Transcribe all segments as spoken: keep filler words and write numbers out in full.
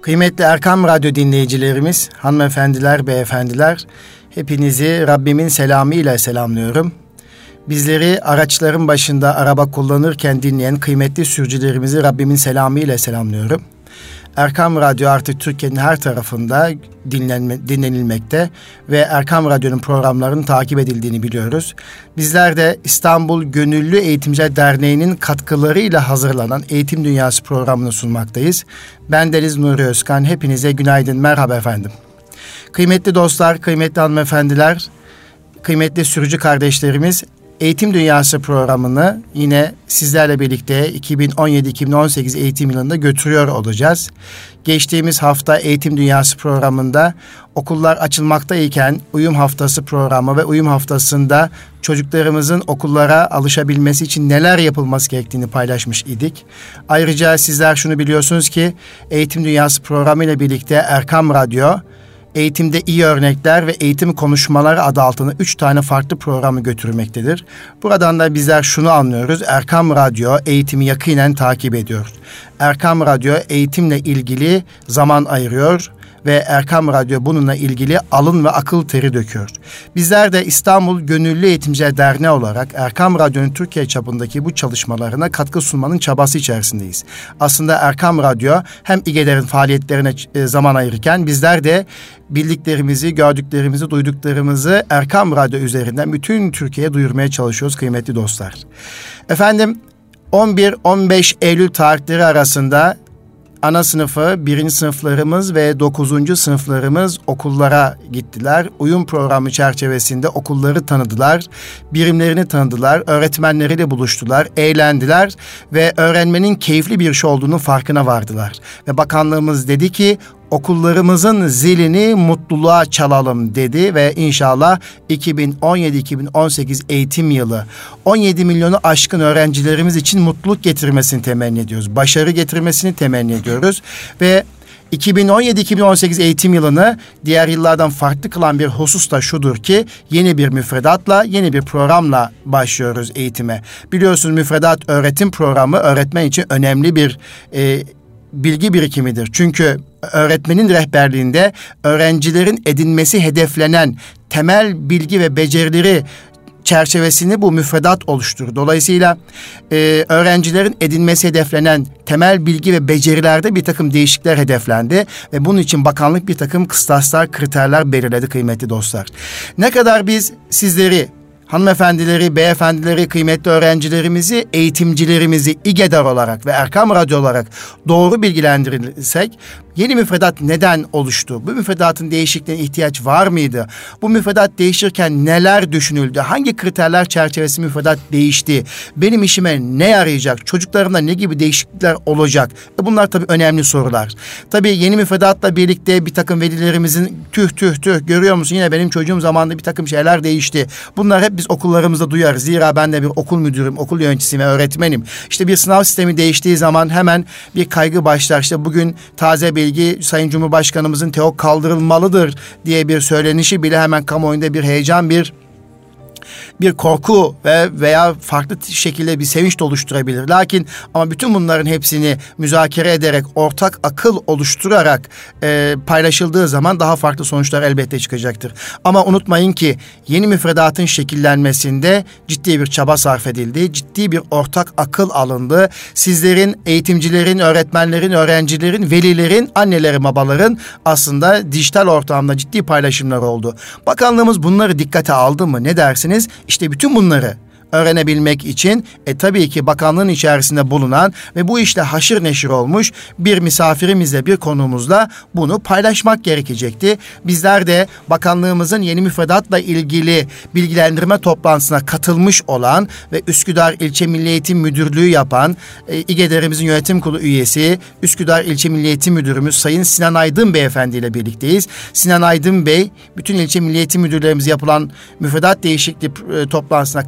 Kıymetli Erkam Radyo dinleyicilerimiz, hanımefendiler, beyefendiler, hepinizi Rabbimin selamıyla selamlıyorum. Bizleri araçların başında araba kullanırken dinleyen kıymetli sürücülerimizi Rabbimin selamıyla selamlıyorum. Erkam Radyo artık Türkiye'nin her tarafında dinlenme, dinlenilmekte ve Erkam Radyo'nun programlarının takip edildiğini biliyoruz. Bizler de İstanbul Gönüllü Eğitimciler Derneği'nin katkılarıyla hazırlanan Eğitim Dünyası programını sunmaktayız. Ben Deniz Nuri Özkan, hepinize günaydın, merhaba efendim. Kıymetli dostlar, kıymetli hanımefendiler, kıymetli sürücü kardeşlerimiz, Eğitim Dünyası programını yine sizlerle birlikte iki bin on yedi iki bin on sekiz eğitim yılında götürüyor olacağız. Geçtiğimiz hafta Eğitim Dünyası programında okullar açılmaktayken uyum haftası programı ve uyum haftasında çocuklarımızın okullara alışabilmesi için neler yapılması gerektiğini paylaşmış idik. Ayrıca sizler şunu biliyorsunuz ki Eğitim Dünyası programı ile birlikte Erkam Radyo, Eğitimde iyi Örnekler ve Eğitim Konuşmaları adı altında üç tane farklı programı götürmektedir. Buradan da bizler şunu anlıyoruz. Erkam Radyo eğitimi yakinen takip ediyor. Erkam Radyo eğitimle ilgili zaman ayırıyor ve Erkam Radyo bununla ilgili alın ve akıl teri döküyor. Bizler de İstanbul Gönüllü Eğitimciler Derneği olarak Erkam Radyo'nun Türkiye çapındaki bu çalışmalarına katkı sunmanın çabası içerisindeyiz. Aslında Erkam Radyo hem İGEDER'in faaliyetlerine zaman ayırırken bizler de bildiklerimizi, gördüklerimizi, duyduklarımızı Erkam Radyo üzerinden bütün Türkiye'ye duyurmaya çalışıyoruz kıymetli dostlar. Efendim on bir on beş Eylül tarihleri arasında ana sınıfı, birinci sınıflarımız ve dokuzuncu sınıflarımız okullara gittiler. Uyum programı çerçevesinde okulları tanıdılar, birimlerini tanıdılar, öğretmenleriyle buluştular, eğlendiler ve öğrenmenin keyifli bir şey olduğunu farkına vardılar. Ve bakanlığımız dedi ki okullarımızın zilini mutluluğa çalalım dedi ve inşallah iki bin on yedi iki bin on sekiz eğitim yılı on yedi milyonu aşkın öğrencilerimiz için mutluluk getirmesini temenni ediyoruz. Başarı getirmesini temenni ediyoruz ve iki bin on yedi iki bin on sekiz eğitim yılını diğer yıllardan farklı kılan bir husus da şudur ki yeni bir müfredatla, yeni bir programla başlıyoruz eğitime. Biliyorsunuz müfredat öğretim programı öğretmen için önemli bir e, bilgi birikimidir. Çünkü öğretmenin rehberliğinde öğrencilerin edinmesi hedeflenen temel bilgi ve becerileri çerçevesini bu müfredat oluşturur. Dolayısıyla e, öğrencilerin edinmesi hedeflenen temel bilgi ve becerilerde bir takım değişiklikler hedeflendi ve bunun için bakanlık bir takım kıstaslar, kriterler belirledi kıymetli dostlar. Ne kadar biz sizleri, hanımefendileri, beyefendileri, kıymetli öğrencilerimizi, eğitimcilerimizi İGEDER olarak ve Erkam Radyo olarak doğru bilgilendirirsek, yeni müfredat neden oluştu? Bu müfredatın değişikliğine ihtiyaç var mıydı? Bu müfredat değişirken neler düşünüldü? Hangi kriterler çerçevesi müfredat değişti? Benim işime ne yarayacak? Çocuklarımda ne gibi değişiklikler olacak? E bunlar tabii önemli sorular. Tabii yeni müfredatla birlikte bir takım velilerimizin tüh tüh tüh görüyor musun? Yine benim çocuğum zamanında bir takım şeyler değişti. Bunlar hep biz okullarımızda duyarız. Zira ben de bir okul müdürüm, okul yöneticisiyim ve öğretmenim. İşte bir sınav sistemi değiştiği zaman hemen bir kaygı başlar. İşte bugün taze bilgi Sayın Cumhurbaşkanımızın TEOK kaldırılmalıdır diye bir söylenişi bile hemen kamuoyunda bir heyecan, bir bir korku ve veya farklı şekilde bir sevinç de oluşturabilir. Lakin ama bütün bunların hepsini müzakere ederek, ortak akıl oluşturarak e, paylaşıldığı zaman daha farklı sonuçlar elbette çıkacaktır. Ama unutmayın ki yeni müfredatın şekillenmesinde ciddi bir çaba sarf edildi. Ciddi bir ortak akıl alındı. Sizlerin, eğitimcilerin, öğretmenlerin, öğrencilerin, velilerin, annelerin, babaların aslında dijital ortamda ciddi paylaşımlar oldu. Bakanlığımız bunları dikkate aldı mı? Ne dersiniz? İşte bütün bunları öğrenebilmek için e, tabii ki bakanlığın içerisinde bulunan ve bu işle haşır neşir olmuş bir misafirimizle, bir konuğumuzla bunu paylaşmak gerekecekti. Bizler de bakanlığımızın yeni müfredatla ilgili bilgilendirme toplantısına katılmış olan ve Üsküdar İlçe Milli Eğitim Müdürlüğü yapan e, İGEDER'imizin yönetim kurulu üyesi Üsküdar İlçe Milli Eğitim Müdürümüz Sayın Sinan Aydın Beyefendi ile birlikteyiz. Sinan Aydın Bey bütün ilçe milli eğitim müdürlerimiz yapılan müfredat değişikliği e, toplantısına katılmış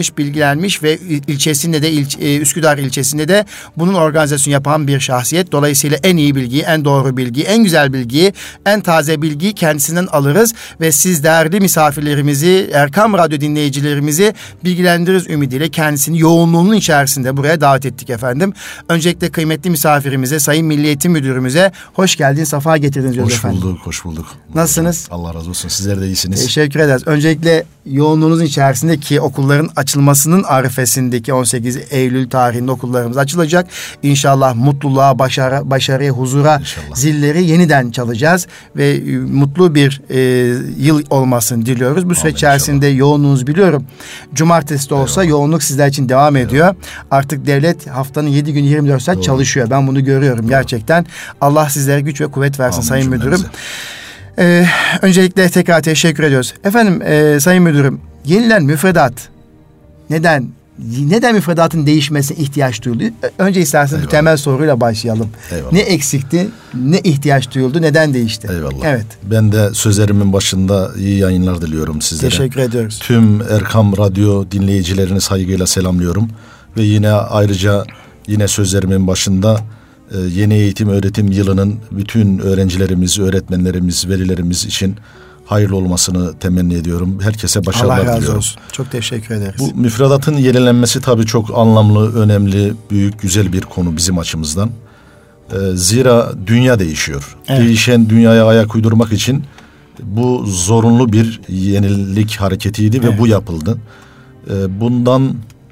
çalışmış, bilgilenmiş ve ilçesinde de il, Üsküdar ilçesinde de bunun organizasyonu yapan bir şahsiyet. Dolayısıyla en iyi bilgiyi, en doğru bilgiyi, en güzel bilgiyi, en taze bilgiyi kendisinden alırız ve siz değerli misafirlerimizi, Erkam Radyo dinleyicilerimizi bilgilendiririz ümidiyle kendisini yoğunluğunun içerisinde buraya davet ettik efendim. Öncelikle kıymetli misafirimize, Sayın Milli Eğitim Müdürümüze hoş geldin, safa getirdiniz diyoruz hoş efendim. Hoş bulduk, hoş bulduk. Nasılsınız? Allah razı olsun. Sizler de iyisiniz. Teşekkür ederiz. Öncelikle yoğunluğunuzun içerisindeki okulların açılmasının arifesindeki on sekiz Eylül tarihinde okullarımız açılacak. İnşallah mutluluğa, başarı, başarıya, huzura İnşallah. Zilleri yeniden çalacağız ve e, mutlu bir e, yıl olmasını diliyoruz. Bu süreç içerisinde yoğunluğunuz biliyorum. Cumartesi de olsa Eyvallah. Yoğunluk sizler için devam Eyvallah. Ediyor. Artık devlet haftanın yedi gün yirmi dört saat Doğru. çalışıyor. Ben bunu görüyorum Doğru. gerçekten. Allah sizlere güç ve kuvvet versin Amin Sayın cümlemize. Müdürüm. Ee, öncelikle tekrar teşekkür ediyoruz. Efendim e, Sayın Müdürüm, yenilen müfredat neden neden müfredatın değişmesine ihtiyaç duyuldu? Önce isterseniz Eyvallah. Bir temel soruyla başlayalım. Eyvallah. Ne eksikti? Ne ihtiyaç duyuldu? Neden değişti? Eyvallah. Evet. Ben de sözlerimin başında iyi yayınlar diliyorum sizlere. Teşekkür ediyoruz. Tüm Erkam Radyo dinleyicilerini saygıyla selamlıyorum ve yine ayrıca yine sözlerimin başında yeni eğitim öğretim yılının bütün öğrencilerimiz, öğretmenlerimiz, velilerimiz için hayırlı olmasını temenni ediyorum. Herkese başarılar diliyorum. Allah razı olsun. Çok teşekkür ederiz. Bu müfredatın yenilenmesi tabii çok anlamlı, önemli, büyük, güzel bir konu bizim açımızdan. Ee, zira dünya değişiyor. Evet. Değişen dünyaya ayak uydurmak için bu zorunlu bir yenilik hareketiydi evet. ve bu yapıldı. Ee, bundan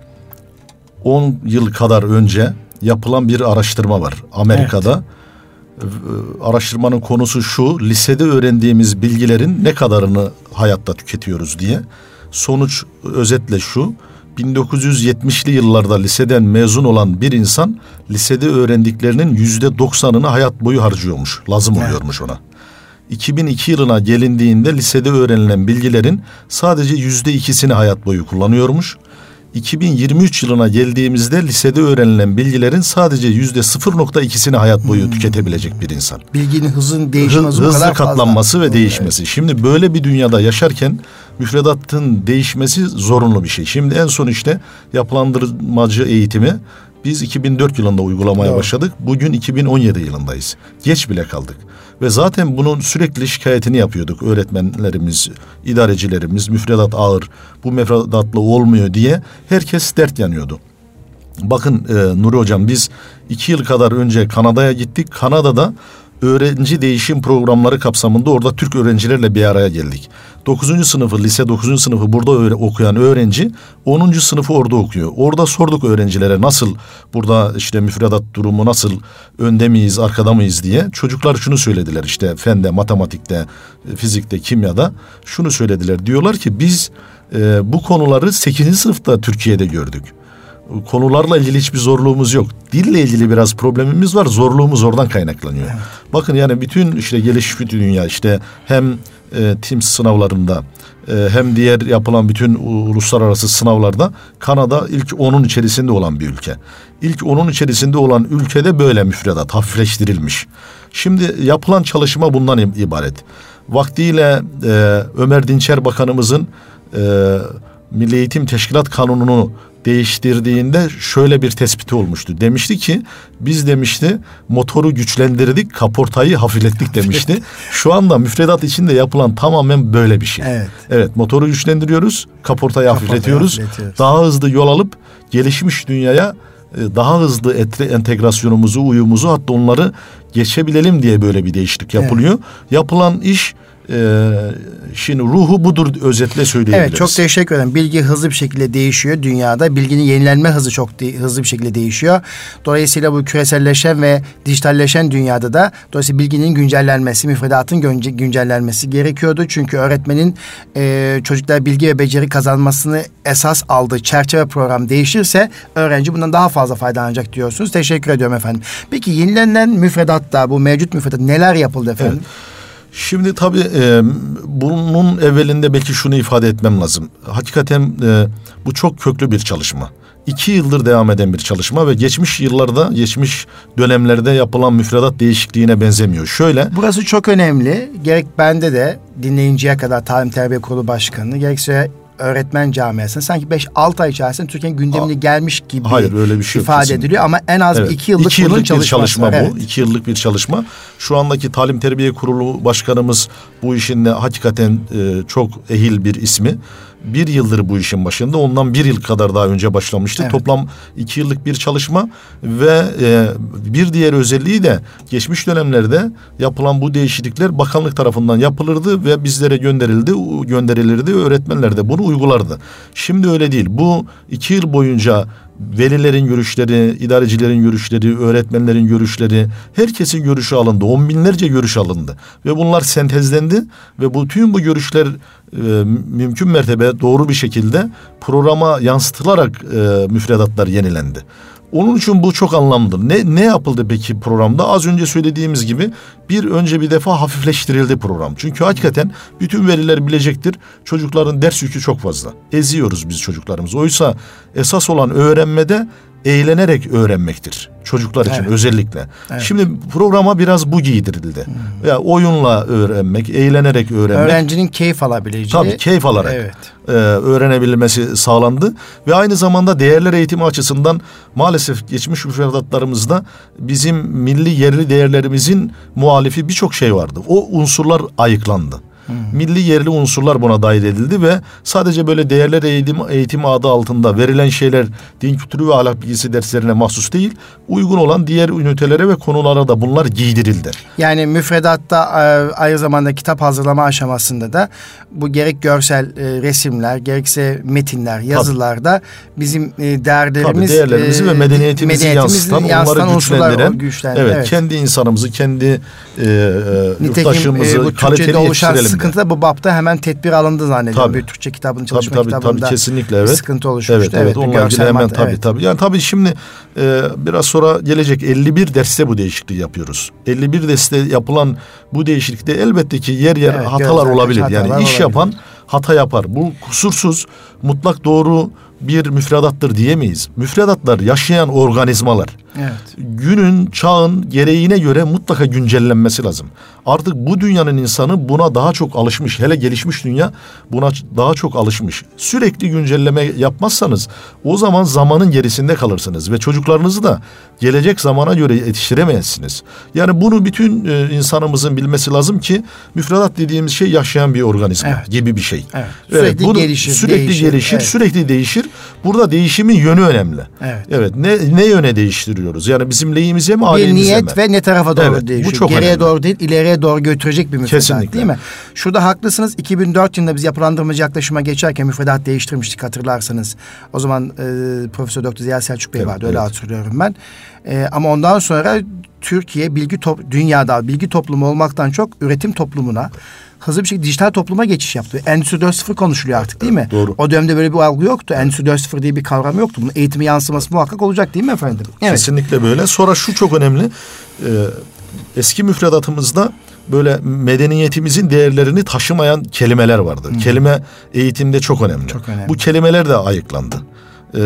on yıl kadar önce yapılan bir araştırma var Amerika'da. Evet. Araştırmanın konusu şu: lisede öğrendiğimiz bilgilerin ne kadarını hayatta tüketiyoruz diye. Sonuç özetle şu: bin dokuz yüz yetmişli yıllarda liseden mezun olan bir insan lisede öğrendiklerinin yüzde doksanını hayat boyu harcıyormuş, lazım oluyormuş ona. iki bin iki yılına gelindiğinde lisede öğrenilen bilgilerin sadece yüzde ikisini hayat boyu kullanıyormuş. iki bin yirmi üç yılına geldiğimizde lisede öğrenilen bilgilerin sadece yüzde sıfır nokta ikisini hayat boyu hmm. tüketebilecek bir insan. Bilginin hızın değişim hızı Hızlı kadar katlanması fazla. ve değişmesi. Evet. Şimdi böyle bir dünyada yaşarken müfredatın değişmesi zorunlu bir şey. Şimdi en son işte yapılandırmacı eğitimi biz iki bin dört yılında uygulamaya Doğru. başladık. Bugün iki bin on yedi yılındayız. Geç bile kaldık. Ve zaten bunun sürekli şikayetini yapıyorduk. Öğretmenlerimiz, idarecilerimiz, müfredat ağır, bu müfredatla olmuyor diye herkes dert yanıyordu. Bakın e, Nuri Hocam, biz iki yıl kadar önce Kanada'ya gittik. Kanada'da öğrenci değişim programları kapsamında orada Türk öğrencilerle bir araya geldik. dokuzuncu sınıfı, lise dokuzuncu sınıfı burada öğre, okuyan öğrenci onuncu sınıfı orada okuyor. Orada sorduk öğrencilere nasıl, burada işte müfredat durumu nasıl, önde miyiz, arkada mıyız diye. Çocuklar şunu söylediler, işte fende, matematikte, fizikte, kimyada şunu söylediler. Diyorlar ki biz e, bu konuları sekizinci sınıfta Türkiye'de gördük. Konularla ilgili hiçbir zorluğumuz yok. Dille ilgili biraz problemimiz var. Zorluğumuz oradan kaynaklanıyor. Evet. Bakın yani bütün işte gelişmiş dünya işte hem e, T I M S sınavlarında e, hem diğer yapılan bütün uluslararası sınavlarda Kanada ilk onun içerisinde olan bir ülke. İlk onun içerisinde olan ülkede böyle müfredat hafifleştirilmiş. Şimdi yapılan çalışma bundan ibaret. Vaktiyle e, Ömer Dinçer Bakanımızın e, Milli Eğitim Teşkilat Kanunu'nu değiştirdiğinde şöyle bir tespiti olmuştu. Demişti ki biz demişti motoru güçlendirdik, kaportayı hafiflettik demişti. Şu anda müfredat içinde yapılan tamamen böyle bir şey. Evet, evet motoru güçlendiriyoruz, kaportayı, kaportayı hafifletiyoruz. hafifletiyoruz. Daha hızlı yol alıp gelişmiş dünyaya daha hızlı entegrasyonumuzu, uyumumuzu, hatta onları geçebilelim diye böyle bir değişiklik yapılıyor. Evet. Yapılan iş Ee, şimdi ruhu budur, özetle söyleyebiliriz. Evet, çok teşekkür ederim. Bilgi hızlı bir şekilde değişiyor dünyada. Bilginin yenilenme hızı çok de- hızlı bir şekilde değişiyor. Dolayısıyla bu küreselleşen ve dijitalleşen dünyada da dolayısıyla bilginin güncellenmesi, müfredatın günce- güncellenmesi gerekiyordu. Çünkü öğretmenin e, çocuklara bilgi ve beceri kazanmasını esas aldığı çerçeve program değişirse öğrenci bundan daha fazla faydalanacak diyorsunuz. Teşekkür ediyorum efendim. Peki yenilenen müfredatta, bu mevcut müfredat neler yapıldı efendim? Evet. Şimdi tabii e, bunun evvelinde belki şunu ifade etmem lazım. Hakikaten e, bu çok köklü bir çalışma. İki yıldır devam eden bir çalışma ve geçmiş yıllarda, geçmiş dönemlerde yapılan müfredat değişikliğine benzemiyor. Şöyle. Burası çok önemli. Gerek bende de dinleyiciye kadar Talim Terbiye Kurulu Başkanı, gerekse öğretmen camiasına sanki beş altı ay içerisinde Türkiye'nin gündemine A- gelmiş gibi hayır, öyle bir şey ifade yok, ediliyor ama en az evet. iki yıllık, iki yıllık bir çalışma var. bu. Evet. İki yıllık bir çalışma. Şu andaki Talim Terbiye Kurulu Başkanımız bu işin de hakikaten e, çok ehil bir ismi. Bir yıldır bu işin başında. Ondan bir yıl kadar daha önce başlamıştı. Evet. Toplam iki yıllık bir çalışma ve e, bir diğer özelliği de geçmiş dönemlerde yapılan bu değişiklikler bakanlık tarafından yapılırdı ve bizlere gönderildi, gönderilirdi. Öğretmenler de bunu uygulardı. Şimdi öyle değil. Bu iki yıl boyunca velilerin görüşleri, idarecilerin görüşleri, öğretmenlerin görüşleri, herkesin görüşü alındı. On binlerce görüş alındı. Ve bunlar sentezlendi ve bütün bu görüşler e, mümkün mertebe doğru bir şekilde programa yansıtılarak e, müfredatlar yenilendi. Onun için bu çok anlamlı. Ne ne yapıldı peki programda? Az önce söylediğimiz gibi bir önce bir defa hafifleştirildi program. Çünkü hakikaten bütün veliler bilecektir. Çocukların ders yükü çok fazla. Eziyoruz biz çocuklarımızı. Oysa esas olan öğrenmede eğlenerek öğrenmektir. Çocuklar için evet. özellikle. Evet. Şimdi programa biraz bu giydirildi. Hmm. Ya oyunla öğrenmek, eğlenerek öğrenmek. Öğrencinin keyif alabileceği. Tabii keyif alarak evet. e, öğrenebilmesi sağlandı. Ve aynı zamanda değerler eğitimi açısından maalesef geçmiş müfredatlarımızda bizim milli yerli değerlerimizin muhalifi birçok şey vardı. O unsurlar ayıklandı. Hmm. Milli yerli unsurlar buna dahil edildi ve sadece böyle değerler eğitim, eğitimi adı altında verilen şeyler din kültürü ve ahlak bilgisi derslerine mahsus değil, uygun olan diğer ünitelere ve konulara da bunlar giydirildi. Yani müfredatta aynı zamanda kitap hazırlama aşamasında da bu gerek görsel resimler, gerekse metinler, yazılarda bizim değerlerimiz, Tabii değerlerimizi ve medeniyetimizi yansıtan, onları güçlendiren, güçlendiren evet, evet, kendi insanımızı, kendi e, yurttaşımızı e, kaliteli yetiştirelim. Sıkıntı da bu bapta hemen tedbir alındı zannediyorum. Tabii. Bir Türkçe kitabının çalışma tabii, tabii, kitabında tabii, kesinlikle, evet. sıkıntı oluşmuştu. Evet, evet, evet. Onunla ilgili hemen tabii evet. tabii. Yani tabii şimdi e, biraz sonra gelecek elli bir derste bu değişikliği yapıyoruz. elli bir derste yapılan bu değişiklikte elbette ki yer yer evet, hatalar olabilir. Hatalar yani iş olabilir. Yapan hata yapar. Bu kusursuz, mutlak doğru bir müfredattır diyemeyiz. Müfredatlar yaşayan organizmalar. Evet. Günün, çağın gereğine göre mutlaka güncellenmesi lazım. Artık bu dünyanın insanı buna daha çok alışmış. Hele gelişmiş dünya buna daha çok alışmış. Sürekli güncelleme yapmazsanız o zaman zamanın gerisinde kalırsınız ve çocuklarınızı da gelecek zamana göre yetiştiremezsiniz. Yani bunu bütün e, insanımızın bilmesi lazım ki müfredat dediğimiz şey yaşayan bir organizma evet. gibi bir şey. Evet. Sürekli evet, bunu gelişir, sürekli değişir, gelişir, evet. sürekli değişir. Burada değişimin yönü önemli. Evet. Evet. Ne ne yöne değiştiriyoruz? Yani bizim lehimize mi, aleyhimize mi? Bir niyet ve ne tarafa doğru evet, değişiyor. Bu çok Geriye önemli. Doğru değil, ileriye doğru götürecek bir müfredat. Kesinlikle. Değil mi? Şurada haklısınız. iki bin dört yılında biz yapılandırmacı yaklaşıma geçerken müfredat değiştirmiştik hatırlarsanız. O zaman e, Profesör Doktor Ziya Selçuk Bey evet, vardı. Öyle evet. hatırlıyorum ben. E, ama ondan sonra Türkiye bilgi top, dünyada bilgi toplumu olmaktan çok üretim toplumuna, hızlı bir şekilde dijital topluma geçiş yaptı. Endüstri dört nokta sıfır konuşuluyor artık değil mi? Doğru. O dönemde böyle bir algı yoktu. Endüstri dört nokta sıfır diye bir kavram yoktu. Bunun eğitime yansıması muhakkak olacak değil mi efendim? Evet. Kesinlikle böyle. Sonra şu çok önemli. Ee, eski müfredatımızda böyle medeniyetimizin değerlerini taşımayan kelimeler vardı. Hmm. Kelime eğitimde çok önemli. Çok önemli. Bu kelimeler de ayıklandı. Ee,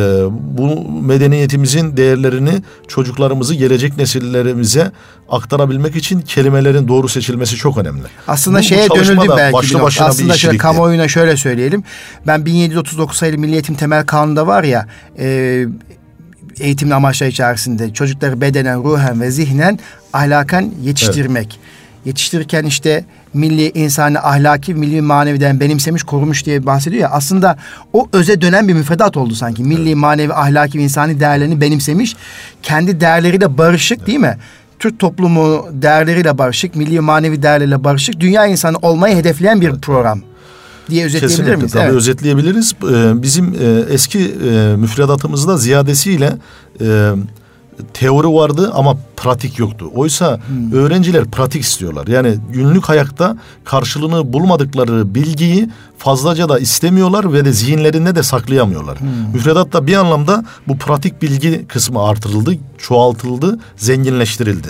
bu medeniyetimizin değerlerini çocuklarımızı gelecek nesillerimize aktarabilmek için kelimelerin doğru seçilmesi çok önemli. Aslında bu, şeye bu dönüldü belki. Başlı başına aslında şöyle kamuoyuna şöyle söyleyelim. Ben bin yedi yüz otuz dokuz sayılı Milli Eğitim Temel Kanunu'nda var ya e, eğitimin amaçları içerisinde çocukları bedenen, ruhen ve zihnen ahlaken yetiştirmek. Evet. Yetiştirirken işte milli, insani, ahlaki, milli maneviden benimsemiş, korumuş diye bahsediyor ya. Aslında o öze dönen bir müfredat oldu sanki. Milli, evet. manevi, ahlaki ve insani değerlerini benimsemiş. Kendi değerleriyle barışık evet. değil mi? Türk toplumu değerleriyle barışık, milli, manevi değerleriyle barışık. Dünya insanı olmayı hedefleyen bir evet. program diye özetleyebilir Kesinlikle, miyiz? Tabii evet. özetleyebiliriz. Ee, bizim e, eski e, müfredatımızda ziyadesiyle e, teori vardı ama pratik yoktu. Oysa hmm. öğrenciler pratik istiyorlar. Yani günlük hayatta karşılığını bulmadıkları bilgiyi fazlaca da istemiyorlar ve de zihinlerinde de saklayamıyorlar. Hmm. Müfredatta bir anlamda bu pratik bilgi kısmı artırıldı, çoğaltıldı, zenginleştirildi.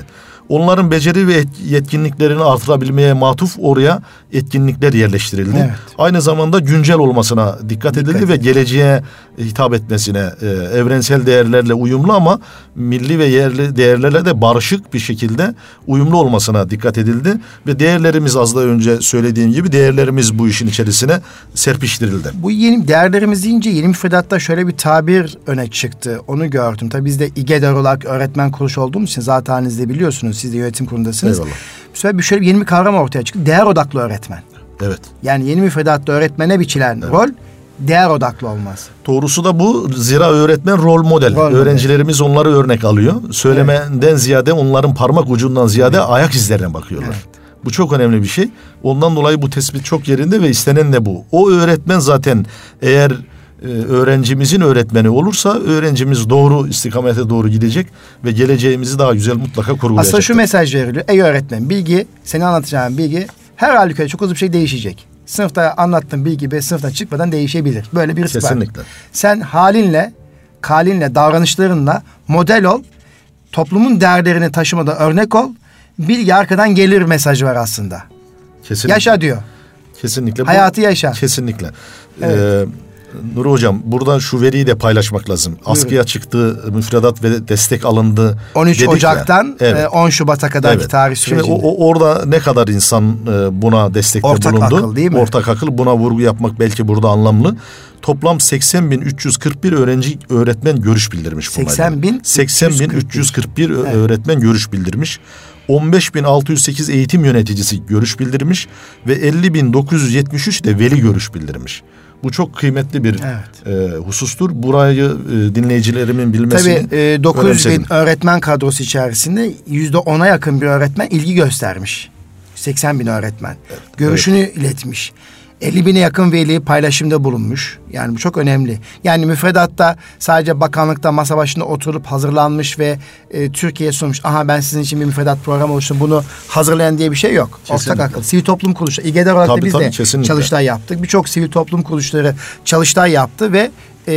Onların beceri ve yetkinliklerini artırabilmeye matuf oraya etkinlikler yerleştirildi. Evet. Aynı zamanda güncel olmasına dikkat edildi dikkat ve geleceğe hitap etmesine, e, evrensel değerlerle uyumlu ama milli ve yerli değerlerle de barışık bir şekilde uyumlu olmasına dikkat edildi. Ve değerlerimiz, az da önce söylediğim gibi, değerlerimiz bu işin içerisine serpiştirildi. Bu yeni değerlerimiz deyince yeni müfredatta şöyle bir tabir öne çıktı. Onu gördüm. Tabii biz de İGEDER olarak öğretmen kuruluşu olduğumuz için zaten halinizde biliyorsunuz. Siz de yönetim kurulundasınız. Eyvallah. Bu sefer bir şöyle bir yeni bir kavram ortaya çıktı. Değer odaklı öğretmen. Evet. Yani yeni müfredatta öğretmene biçilen evet. rol değer odaklı olmaz. Doğrusu da bu. Zira öğretmen rol model. Rol Öğrencilerimiz model. Onları örnek alıyor. Söylemenden evet. ziyade, onların parmak ucundan ziyade evet. ayak izlerine bakıyorlar. Evet. Bu çok önemli bir şey. Ondan dolayı bu tespit çok yerinde ve istenen de bu. O öğretmen zaten eğer e, öğrencimizin öğretmeni olursa öğrencimiz doğru istikamete doğru gidecek ve geleceğimizi daha güzel mutlaka kurgulayacak. Aslında şu mesaj veriliyor. Ey öğretmen, bilgi, senin anlatacağın bilgi her halükarda çok hızlı bir şey değişecek. Sınıfta anlattığın bilgi ve sınıftan çıkmadan değişebilir. Böyle bir risk var. Kesinlikle. Sen halinle, kalinle, davranışlarınla model ol. Toplumun değerlerini taşımada örnek ol. Bilgi arkadan gelir mesajı var aslında. Kesinlikle. Yaşa diyor. Kesinlikle. Hayatı yaşa. Kesinlikle. Evet. Ee, Nuri Hocam, burada şu veriyi de paylaşmak lazım. Buyurun. Askıya çıktı, müfredat ve destek alındı. on üç Ocak'tan evet. on Şubat'a kadarki evet. tarih sürecinde. Şimdi o, o, orada ne kadar insan buna destekte Ortak bulundu? Ortak akıl değil mi? Ortak akıl, buna vurgu yapmak belki burada anlamlı. Toplam seksen bin üç yüz kırk bir öğrenci öğretmen görüş bildirmiş. seksen bin üç yüz kırk bir evet. öğretmen görüş bildirmiş. on beş bin altı yüz sekiz eğitim yöneticisi görüş bildirmiş ve elli bin dokuz yüz yetmiş üç de veli görüş bildirmiş. Bu çok kıymetli bir evet. e, husustur. Burayı e, dinleyicilerimin bilmesini Tabii e, dokuz yüz bin öğretmen kadrosu içerisinde yüzde ona yakın bir öğretmen ilgi göstermiş. seksen bin öğretmen. Evet. Görüşünü evet. iletmiş. elli bine yakın veli paylaşımda bulunmuş. Yani bu çok önemli. Yani müfredatta sadece bakanlıkta masa başında oturup hazırlanmış ve e, Türkiye'ye sunmuş. Aha ben sizin için bir müfredat programı oluşturdum. Bunu hazırlayan diye bir şey yok. Kesinlikle. Ortak akıl. Sivil toplum kuruluşları. İGEDER olarak tabii, da biz tabii, de kesinlikle. çalıştay yaptık. Birçok sivil toplum kuruluşları çalıştay yaptı ve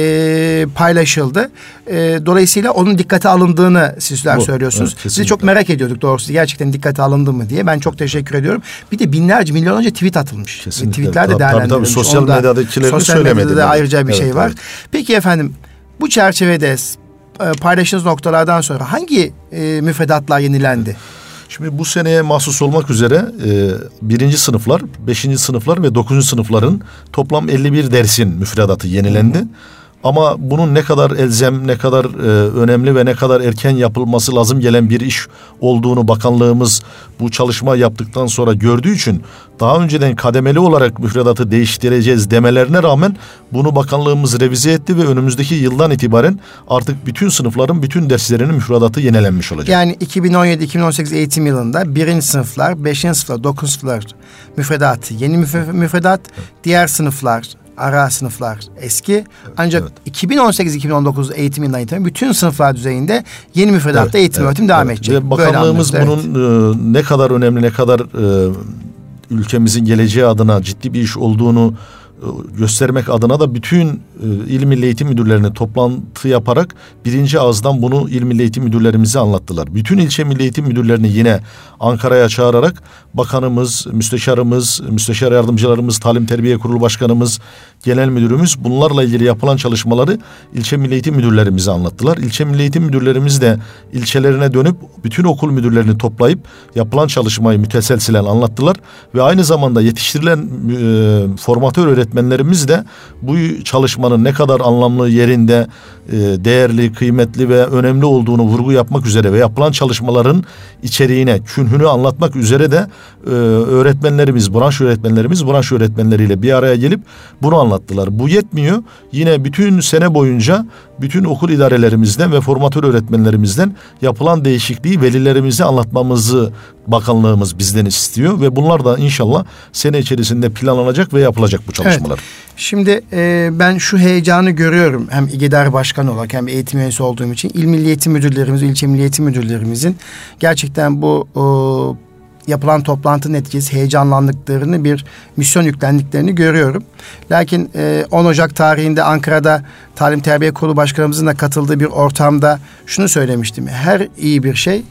e, paylaşıldı. E, dolayısıyla onun dikkate alındığını sizler bu, söylüyorsunuz. Evet, Sizi çok merak ediyorduk doğrusu. Gerçekten dikkate alındı mı diye. Ben çok teşekkür ediyorum. Bir de binlerce, milyonlarca tweet atılmış. Kesinlikle. Tweetler de değerlendirilmiş. Tabii, tabii, sosyal medyadakilerini sosyal medyada da ayrıca bir evet, şey var. Evet. Peki efendim, bu çerçevede e, paylaştığınız noktalardan sonra hangi e, müfredatlar yenilendi? Şimdi bu seneye mahsus olmak üzere e, birinci sınıflar, beşinci sınıflar ve dokuzuncu sınıfların toplam elli bir dersin müfredatı yenilendi. Hı. Ama bunun ne kadar elzem, ne kadar e, önemli ve ne kadar erken yapılması lazım gelen bir iş olduğunu bakanlığımız bu çalışma yaptıktan sonra gördüğü için daha önceden kademeli olarak müfredatı değiştireceğiz demelerine rağmen bunu bakanlığımız revize etti ve önümüzdeki yıldan itibaren artık bütün sınıfların bütün derslerinin müfredatı yenilenmiş olacak. Yani iki bin on yedi iki bin on sekiz eğitim yılında birinci sınıflar, beşinci sınıflar, dokuzuncu sınıflar müfredatı yeni müfredat, evet. diğer sınıflar, ara sınıflar eski. Ancak evet. iki bin on sekiz iki bin on dokuz eğitim yılından itibaren bütün sınıflar düzeyinde yeni müfredatta evet, eğitim evet, öğretim devam evet. edecek. Ve bakanlığımız bunun evet. e, ne kadar önemli, ne kadar e, ülkemizin geleceği adına ciddi bir iş olduğunu e, göstermek adına da bütün e, İl Milli Eğitim Müdürlerine toplantı yaparak birinci ağızdan bunu İl Milli Eğitim Müdürlerimize anlattılar. Bütün ilçe Milli Eğitim Müdürlerini yine Ankara'ya çağırarak bakanımız, müsteşarımız, müsteşar yardımcılarımız, Talim Terbiye Kurulu Başkanımız, Genel Müdürümüz bunlarla ilgili yapılan çalışmaları ilçe Milli Eğitim Müdürlerimize anlattılar. İlçe Milli Eğitim Müdürlerimiz de ilçelerine dönüp bütün okul müdürlerini toplayıp yapılan çalışmayı müteselsilen anlattılar. Ve aynı zamanda yetiştirilen e, formatör öğretmenlerimiz de bu çalışmanın ne kadar anlamlı, yerinde, e, değerli, kıymetli ve önemli olduğunu vurgu yapmak üzere ve yapılan çalışmaların içeriğine, künhünü anlatmak üzere de e, öğretmenlerimiz, branş öğretmenlerimiz, branş öğretmenleriyle bir araya gelip bunu anlattılar. Bu yetmiyor. Yine bütün sene boyunca bütün okul idarelerimizden ve formatör öğretmenlerimizden yapılan değişikliği velilerimize anlatmamızı bakanlığımız bizden istiyor ve bunlar da inşallah sene içerisinde planlanacak ve yapılacak bu çalışmalar. Evet. Şimdi e, ben şu heyecanı görüyorum hem İGEDER Başkanı olarak hem eğitim üyesi olduğum için İl Milli Eğitim Müdürlerimiz, ilçe Milli Eğitim Müdürlerimizin gerçekten bu o, yapılan toplantı neticesi heyecanlandıklarını, bir misyon yüklendiklerini görüyorum. Lakin e, on Ocak tarihinde Ankara'da Talim Terbiye Kurulu Başkanımızın da katıldığı bir ortamda şunu söylemiştim. Her iyi bir şey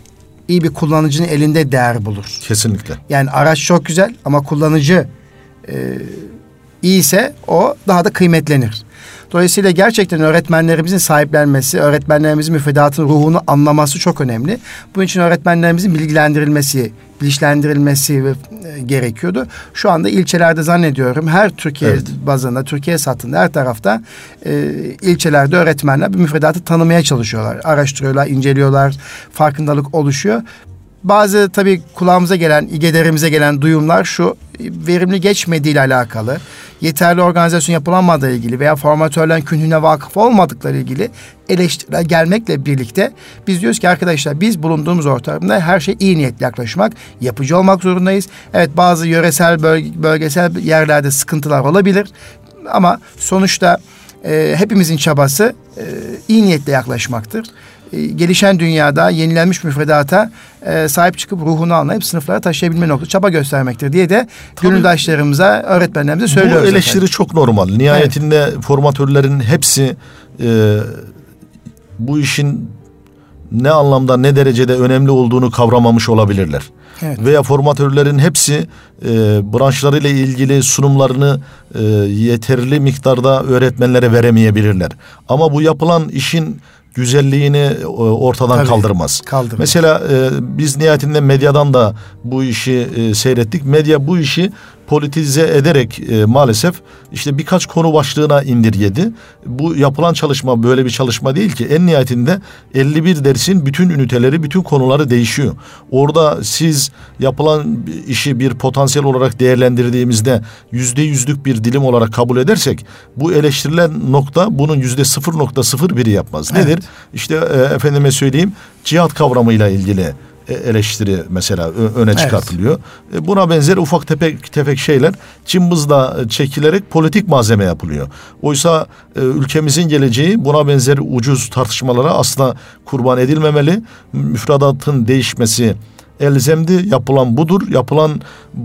iyi bir kullanıcının elinde değer bulur. Kesinlikle. Yani araç çok güzel ama kullanıcı e, iyiyse o daha da kıymetlenir. Dolayısıyla gerçekten öğretmenlerimizin sahiplenmesi, öğretmenlerimizin müfredatın ruhunu anlaması çok önemli. Bunun için öğretmenlerimizin bilgilendirilmesi, bilinçlendirilmesi e, gerekiyordu. Şu anda ilçelerde zannediyorum her Türkiye evet. bazında, Türkiye satında her tarafta e, ilçelerde öğretmenler bir müfredatı tanımaya çalışıyorlar. Araştırıyorlar, inceliyorlar, farkındalık oluşuyor. Bazı tabii kulağımıza gelen, İGEDER'imize gelen duyumlar şu, verimli geçmediğiyle alakalı, yeterli organizasyon yapılamadığı ilgili veya formatörlerin kühnüne vakıf olmadıkları ilgili eleştiriler gelmekle birlikte biz diyoruz ki arkadaşlar biz bulunduğumuz ortamda her şey iyi niyetli yaklaşmak, yapıcı olmak zorundayız. Evet bazı yöresel, bölge, bölgesel yerlerde sıkıntılar olabilir ama sonuçta e, hepimizin çabası e, iyi niyetle yaklaşmaktır. Gelişen dünyada yenilenmiş müfredata e, sahip çıkıp ruhunu anlayıp sınıflara taşıyabilme noktası çaba göstermektir diye de gönüldaşlarımıza, öğretmenlerimize söylüyoruz. Bu eleştiri efendim. Çok normal. Nihayetinde evet. formatörlerin hepsi e, bu işin ne anlamda ne derecede önemli olduğunu kavramamış olabilirler. Evet. Veya formatörlerin hepsi e, branşlarıyla ilgili sunumlarını e, yeterli miktarda öğretmenlere veremeyebilirler. Ama bu yapılan işin güzelliğini ortadan Tabii, kaldırmaz. kaldırmaz. Mesela e, biz nihayetinde medyadan da bu işi e, seyrettik. Medya bu işi politize ederek e, maalesef işte birkaç konu başlığına indirgedi. Bu yapılan çalışma böyle bir çalışma değil ki. En nihayetinde elli bir dersin bütün üniteleri, bütün konuları değişiyor. Orada siz yapılan işi bir potansiyel olarak değerlendirdiğimizde yüzde yüzlük bir dilim olarak kabul edersek bu eleştirilen nokta bunun yüzde sıfır nokta sıfır biri yapmaz. Evet. Nedir? İşte e, efendime söyleyeyim cihat kavramıyla ilgili eleştiri mesela öne çıkartılıyor. Evet. Buna benzer ufak tefek tefek şeyler cımbızla çekilerek politik malzeme yapılıyor. Oysa ülkemizin geleceği buna benzer ucuz tartışmalara asla kurban edilmemeli. Müfredatın değişmesi elzemdi. Yapılan budur. Yapılan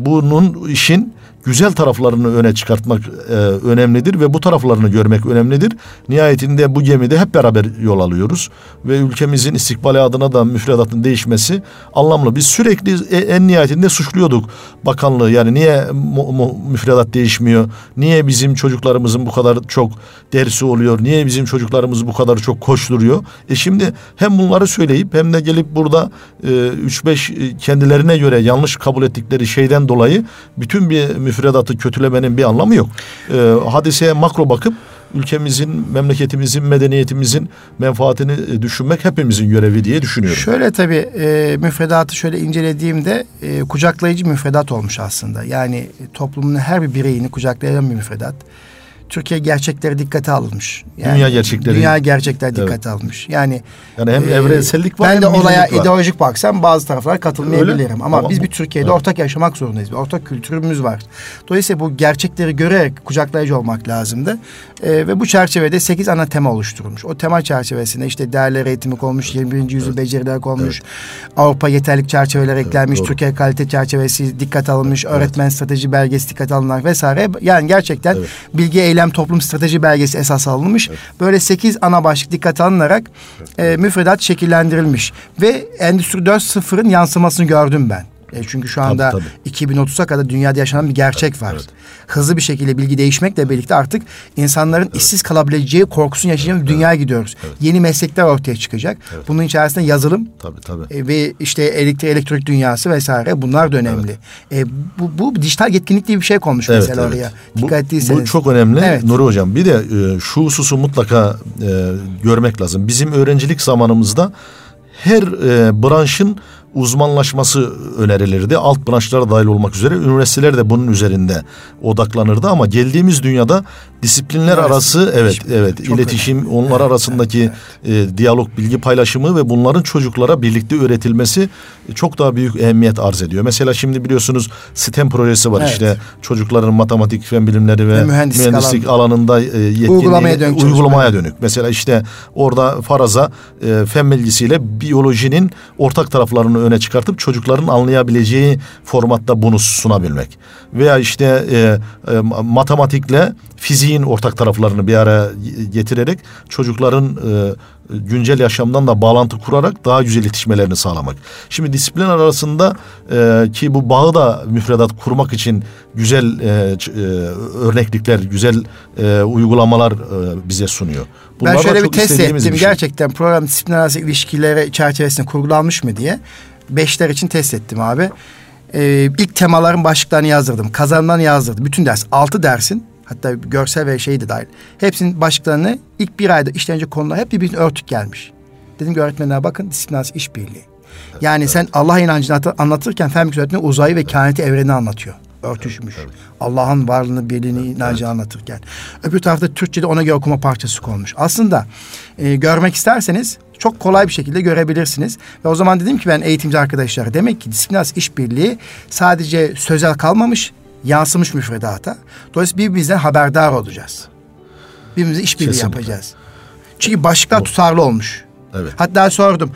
bunun işin güzel taraflarını öne çıkartmak e, önemlidir ve bu taraflarını görmek önemlidir. Nihayetinde bu gemide hep beraber yol alıyoruz ve ülkemizin istikbali adına da müfredatın değişmesi anlamlı. Biz sürekli en nihayetinde suçluyorduk bakanlığı. Yani niye mu, mu, müfredat değişmiyor? Niye bizim çocuklarımızın bu kadar çok dersi oluyor? Niye bizim çocuklarımız bu kadar çok koşturuyor? E şimdi hem bunları söyleyip hem de gelip burada e, üç beş kendilerine göre yanlış kabul ettikleri şeyden dolayı bütün bir müfredatı kötülemenin bir anlamı yok. Ee, hadiseye makro bakıp ülkemizin, memleketimizin, medeniyetimizin menfaatini düşünmek hepimizin görevi diye düşünüyorum. Şöyle tabii e, müfredatı şöyle incelediğimde e, kucaklayıcı müfredat olmuş aslında. Yani toplumun her bir bireyini kucaklayan bir müfredat. Türkiye gerçekleri dikkate alınmış. Yani dünya gerçekleri. Dünya gerçekleri dikkate evet. alınmış. Yani yani hem e, evrensellik var. Ben de olaya ideolojik baksam bazı taraflara katılmayabilirim. Ama, Ama biz bir Türkiye'de evet. ortak yaşamak zorundayız. Bir ortak kültürümüz var. Dolayısıyla bu gerçekleri görerek kucaklayıcı olmak lazımdı. E, ve bu çerçevede sekiz ana tema oluşturulmuş. O tema çerçevesinde işte değerler eğitimi konmuş, yirmi birinci yüzyıl evet. beceriler konmuş, evet. Avrupa yeterlik çerçeveler eklenmiş, evet, Türkiye kalite çerçevesi dikkate alınmış, evet. öğretmen strateji belgesi dikkate alınan vesaire. Yani gerçekten evet. bilgi eylem toplum strateji belgesi esas alınmış. Evet. Böyle sekiz ana başlık dikkate alınarak evet. e, müfredat şekillendirilmiş. Ve Endüstri dört nokta sıfırın yansımasını gördüm ben. E çünkü şu anda tabii, tabii. iki bin otuza kadar dünyada yaşanan bir gerçek evet, var. Evet. Hızlı bir şekilde bilgi değişmekle birlikte artık insanların evet. işsiz kalabileceği korkusunu yaşayacağı bir dünyaya evet. gidiyoruz. Evet. Yeni meslekler ortaya çıkacak. Evet. Bunun içerisinde yazılım tabii, tabii. E, ve işte elektrik, elektrik dünyası vesaire bunlar da önemli. Evet. E, bu, bu dijital yetkinlik diye bir şey konmuş evet, mesela evet. oraya. Dikkat ettiyseniz. Bu çok önemli evet. Nuri Hocam. Bir de e, şu hususu mutlaka e, görmek lazım. Bizim öğrencilik zamanımızda her e, branşın uzmanlaşması önerilirdi. Alt branşlara dahil olmak üzere üniversiteler de bunun üzerinde odaklanırdı ama geldiğimiz dünyada disiplinler evet. arası evet evet Çok iletişim önemli. onlar evet, arasındaki evet. E, diyalog, bilgi paylaşımı ve bunların çocuklara birlikte öğretilmesi çok daha büyük ehemmiyet arz ediyor. Mesela şimdi biliyorsunuz STEM projesi var evet. işte çocukların matematik, fen bilimleri ve, ve mühendislik, mühendislik alan, alanında e, yetkinliği uygulamaya dönük. Uygulamaya dönük. Mesela işte orada faraza e, fen bilgisiyle biyolojinin ortak taraflarını öne çıkartıp çocukların anlayabileceği formatta bunu sunabilmek. Veya işte e, e, matematikle fiziğin ortak taraflarını bir araya getirerek çocukların e, güncel yaşamdan da bağlantı kurarak daha güzel yetişmelerini sağlamak. Şimdi disiplinler arasında e, ki bu bağı da müfredat kurmak için güzel e, e, örneklikler, güzel e, uygulamalar e, bize sunuyor. Bunlar ben şöyle bir test ettim. Bir şey. Gerçekten program disiplinler arası ilişkileri çerçevesinde kurgulanmış mı diye. Beşler için test ettim abi. Ee, ilk temaların başlıklarını yazdırdım. Kazanımlarını yazdırdım. Bütün ders. Altı dersin. Hatta görsel ve şey de dahil. Hepsinin başlıklarını ilk bir ayda işlenecek konular hep birbirine örtük gelmiş. Dedim ki öğretmenler bakın disiplinler arası işbirliği. Yani evet. Sen Allah inancını anlatırken fen bilgisi öğretmeni uzayı ve kainati evreni anlatıyor. Örtüşmüş. Evet. Allah'ın varlığını, birliğini, inancını evet. anlatırken. Öbür tarafta Türkçe'de ona göre okuma parçası konmuş. Aslında e, görmek isterseniz çok kolay bir şekilde görebilirsiniz. Ve o zaman dedim ki ben eğitimci arkadaşlara, demek ki disiplinler arası işbirliği sadece sözel kalmamış, yansımış müfredata. Dolayısıyla birbirimizden haberdar olacağız. Birbirimizle işbirliği Kesinlikle. yapacağız. Çünkü başlıklar tutarlı olmuş. Evet. Hatta sordum.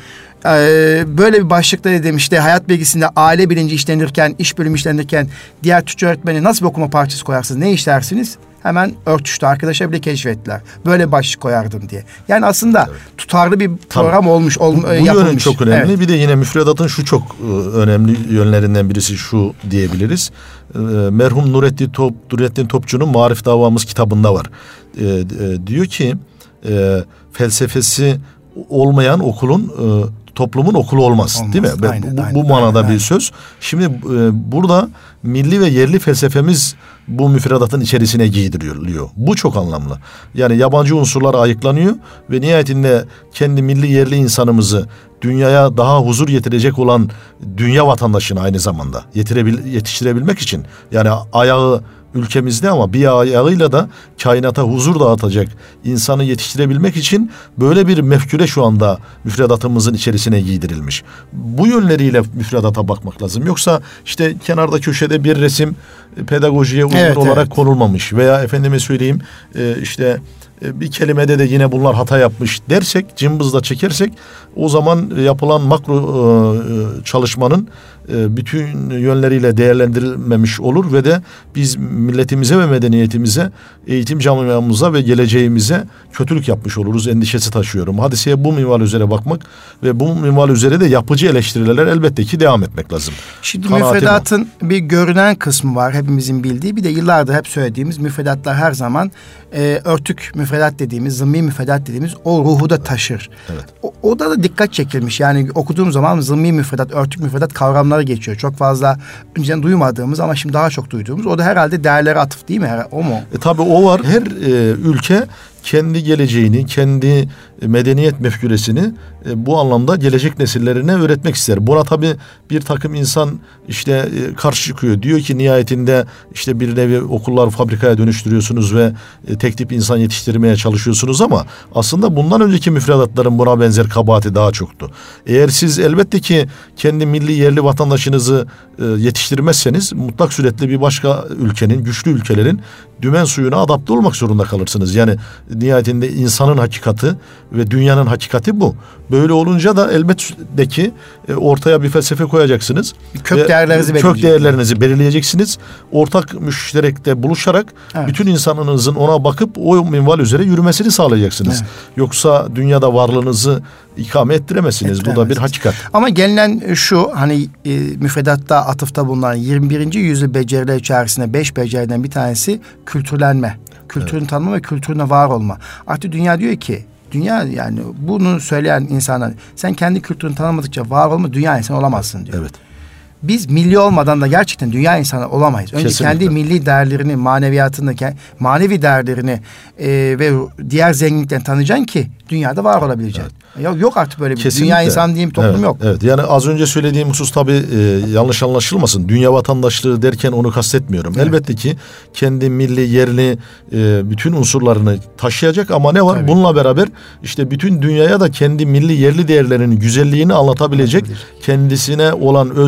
Ee, böyle bir başlıkta dedim işte hayat bilgisinde aile bilinci işlenirken, iş bölümü işlenirken diğer Türkçe öğretmeni nasıl bir okuma parçası koyarsınız, ne işlersiniz? Hemen örtüştü. Arkadaşlar bile keşfettiler. Böyle başlık koyardım diye. Yani aslında evet. tutarlı bir program Tabii. olmuş, ol, bu, bu yapılmış. Bu yönü çok önemli. Evet. Bir de yine müfredatın şu çok önemli yönlerinden birisi şu diyebiliriz. E, merhum Nurettin, Top, Nurettin Topçu'nun Marif Davamız kitabında var. E, e, diyor ki e, felsefesi olmayan okulun e, toplumun okulu olmaz, olmaz. Değil mi? Aynen, bu, aynen, bu manada aynen, bir aynen. söz. Şimdi e, burada milli ve yerli felsefemiz bu müfredatın içerisine giydiriliyor. Bu çok anlamlı. Yani yabancı unsurlar ayıklanıyor ve nihayetinde kendi milli yerli insanımızı dünyaya daha huzur getirecek olan dünya vatandaşını aynı zamanda yetirebil, yetiştirebilmek için, yani ayağı ülkemizde ama bir ayağıyla da kainata huzur dağıtacak insanı yetiştirebilmek için böyle bir mefküre şu anda müfredatımızın içerisine giydirilmiş. Bu yönleriyle müfredata bakmak lazım. Yoksa işte kenarda köşede bir resim pedagojiye uygun evet, olarak evet. konulmamış veya efendime söyleyeyim işte bir kelimede de yine bunlar hata yapmış dersek, cımbızla çekersek o zaman yapılan makro çalışmanın bütün yönleriyle değerlendirilmemiş olur ve de biz milletimize ve medeniyetimize, eğitim camiamıza ve geleceğimize kötülük yapmış oluruz endişesi taşıyorum. Hadiseye bu minval üzere bakmak ve bu minval üzere de yapıcı eleştiriler elbette ki devam etmek lazım. Şimdi Kanaatim müfredatın o. bir görünen kısmı var hepimizin bildiği. Bir de yıllardır hep söylediğimiz müfredatlar her zaman e, örtük müfredat dediğimiz, zımmi müfredat dediğimiz o ruhu da taşır. Evet. O, o da da dikkat çekilmiş. Yani okuduğum zaman zımmi müfredat, örtük müfredat kavramları geçiyor. Çok fazla önceden duymadığımız ama şimdi daha çok duyduğumuz. O da herhalde değerlere atıf değil mi? O mu? E, tabii o var. Her e, ülke kendi geleceğini, kendi medeniyet mefküresini e, bu anlamda gelecek nesillerine öğretmek ister. Buna tabii bir takım insan işte e, karşı çıkıyor. Diyor ki nihayetinde işte bir nevi okullar fabrikaya dönüştürüyorsunuz ve e, tek tip insan yetiştirmeye çalışıyorsunuz ama aslında bundan önceki müfredatların buna benzer kabahati daha çoktu. Eğer siz elbette ki kendi milli yerli vatandaşınızı e, yetiştirmezseniz mutlak suretle bir başka ülkenin, güçlü ülkelerin dümen suyuna adapte olmak zorunda kalırsınız. Yani nihayetinde insanın hakikati ve dünyanın hakikati bu. Böyle olunca da elbette ki e, ortaya bir felsefe koyacaksınız. Kök değerlerinizi Kök değerlerinizi belirleyeceksiniz. Ortak müşterekte buluşarak evet. bütün insanınızın ona bakıp o minval üzere yürümesini sağlayacaksınız. Evet. Yoksa dünyada varlığınızı ikame ettiremezsiniz. Bu da bir hakikat. Ama gelinen şu hani e, müfredatta atıfta bulunan yirmi birinci yüzyıl beceriler içerisinde beş beceriden bir tanesi kültürlenme. Kültürünü evet. tanıma ve kültürüne var olma. Artık dünya diyor ki, dünya yani bunu söyleyen insanlar, sen kendi kültürünü tanımadıkça var olma, dünya insanı olamazsın diyor. Evet. Biz milli olmadan da gerçekten dünya insanı olamayız. Önce Kesinlikle. kendi milli değerlerini, maneviyatını, manevi değerlerini e, ve diğer zenginliklerini tanıyacaksın ki dünyada var olabileceksin. Evet. Yok, yok artık böyle bir Kesinlikle. dünya insanı diyeyim toplum evet, yok. Evet. Yani az önce söylediğim husus tabii e, yanlış anlaşılmasın. Dünya vatandaşlığı derken onu kastetmiyorum. Evet. Elbette ki kendi milli, yerli e, bütün unsurlarını taşıyacak ama ne var? Tabii. Bununla beraber işte bütün dünyaya da kendi milli, yerli değerlerinin güzelliğini anlatabilecek, kendisine olan özgüveni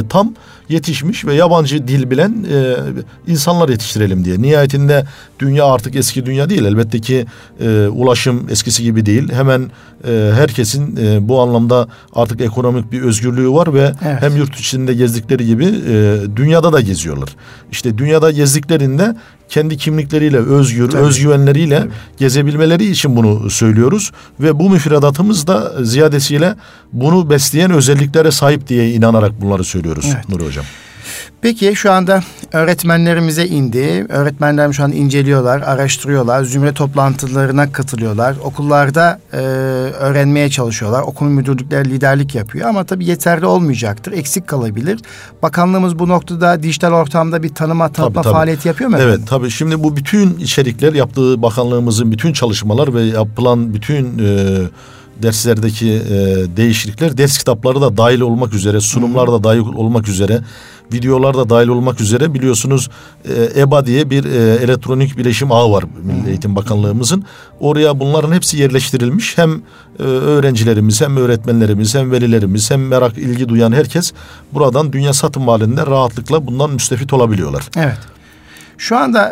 tam yetişmiş ve yabancı dil bilen e, insanlar yetiştirelim diye. Nihayetinde dünya artık eski dünya değil. Elbette ki e, ulaşım eskisi gibi değil. Hemen e, herkesin e, bu anlamda artık ekonomik bir özgürlüğü var ve evet. hem yurt içinde gezdikleri gibi e, dünyada da geziyorlar. İşte dünyada gezdiklerinde kendi kimlikleriyle, özgür, Tabii. özgüvenleriyle Tabii. gezebilmeleri için bunu söylüyoruz. Ve bu müfredatımız da ziyadesiyle bunu besleyen özelliklere sahip diye inanarak bunları söylüyoruz evet. Nuri Hocam. Peki şu anda öğretmenlerimize indi. Öğretmenlerimiz şu an inceliyorlar, araştırıyorlar. Zümre toplantılarına katılıyorlar. Okullarda e, öğrenmeye çalışıyorlar. Okul müdürlükleri liderlik yapıyor. Ama tabii yeterli olmayacaktır. Eksik kalabilir. Bakanlığımız bu noktada dijital ortamda bir tanıma, tanıtma tabii, tabii. faaliyeti yapıyor mu? Evet tabii. Şimdi bu bütün içerikler yaptığı bakanlığımızın bütün çalışmalar ve yapılan bütün... E, derslerdeki e, değişiklikler, ders kitapları da dahil olmak üzere, sunumlar da dahil olmak üzere, videolar da dahil olmak üzere biliyorsunuz e, E B A diye bir e, elektronik bileşim ağı var Milli Eğitim Bakanlığımızın. Oraya bunların hepsi yerleştirilmiş. Hem e, öğrencilerimiz, hem öğretmenlerimiz, hem velilerimiz, hem merak, ilgi duyan herkes buradan dünya satım halinde rahatlıkla bundan müstefit olabiliyorlar. Evet. Şu anda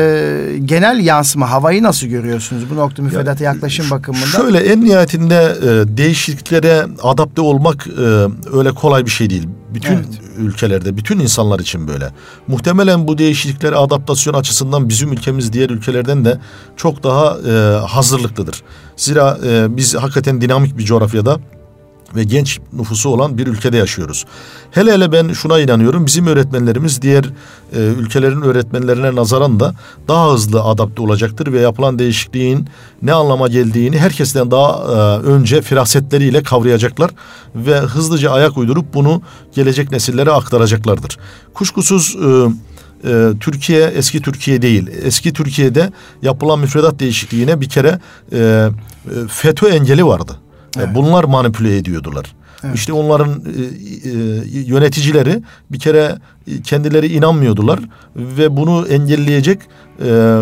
e, genel yansıma, havayı nasıl görüyorsunuz bu nokta müfredata ya, yaklaşım bakımında? Şöyle en nihayetinde e, değişikliklere adapte olmak e, öyle kolay bir şey değil. Bütün evet. ülkelerde, bütün insanlar için böyle. Muhtemelen bu değişikliklere adaptasyon açısından bizim ülkemiz diğer ülkelerden de çok daha e, hazırlıklıdır. Zira e, biz hakikaten dinamik bir coğrafyada ve genç nüfusu olan bir ülkede yaşıyoruz. Hele hele ben şuna inanıyorum. Bizim öğretmenlerimiz diğer e, ülkelerin öğretmenlerine nazaran da daha hızlı adapte olacaktır ve yapılan değişikliğin ne anlama geldiğini herkesten daha e, önce firasetleriyle kavrayacaklar ve hızlıca ayak uydurup bunu gelecek nesillere aktaracaklardır. Kuşkusuz e, e, Türkiye eski Türkiye değil. Eski Türkiye'de yapılan müfredat değişikliğine bir kere e, e, FETÖ engeli vardı. Evet. Bunlar manipüle ediyordular. Evet. İşte onların e, e, yöneticileri bir kere kendileri inanmıyordular ve bunu engelleyecek e,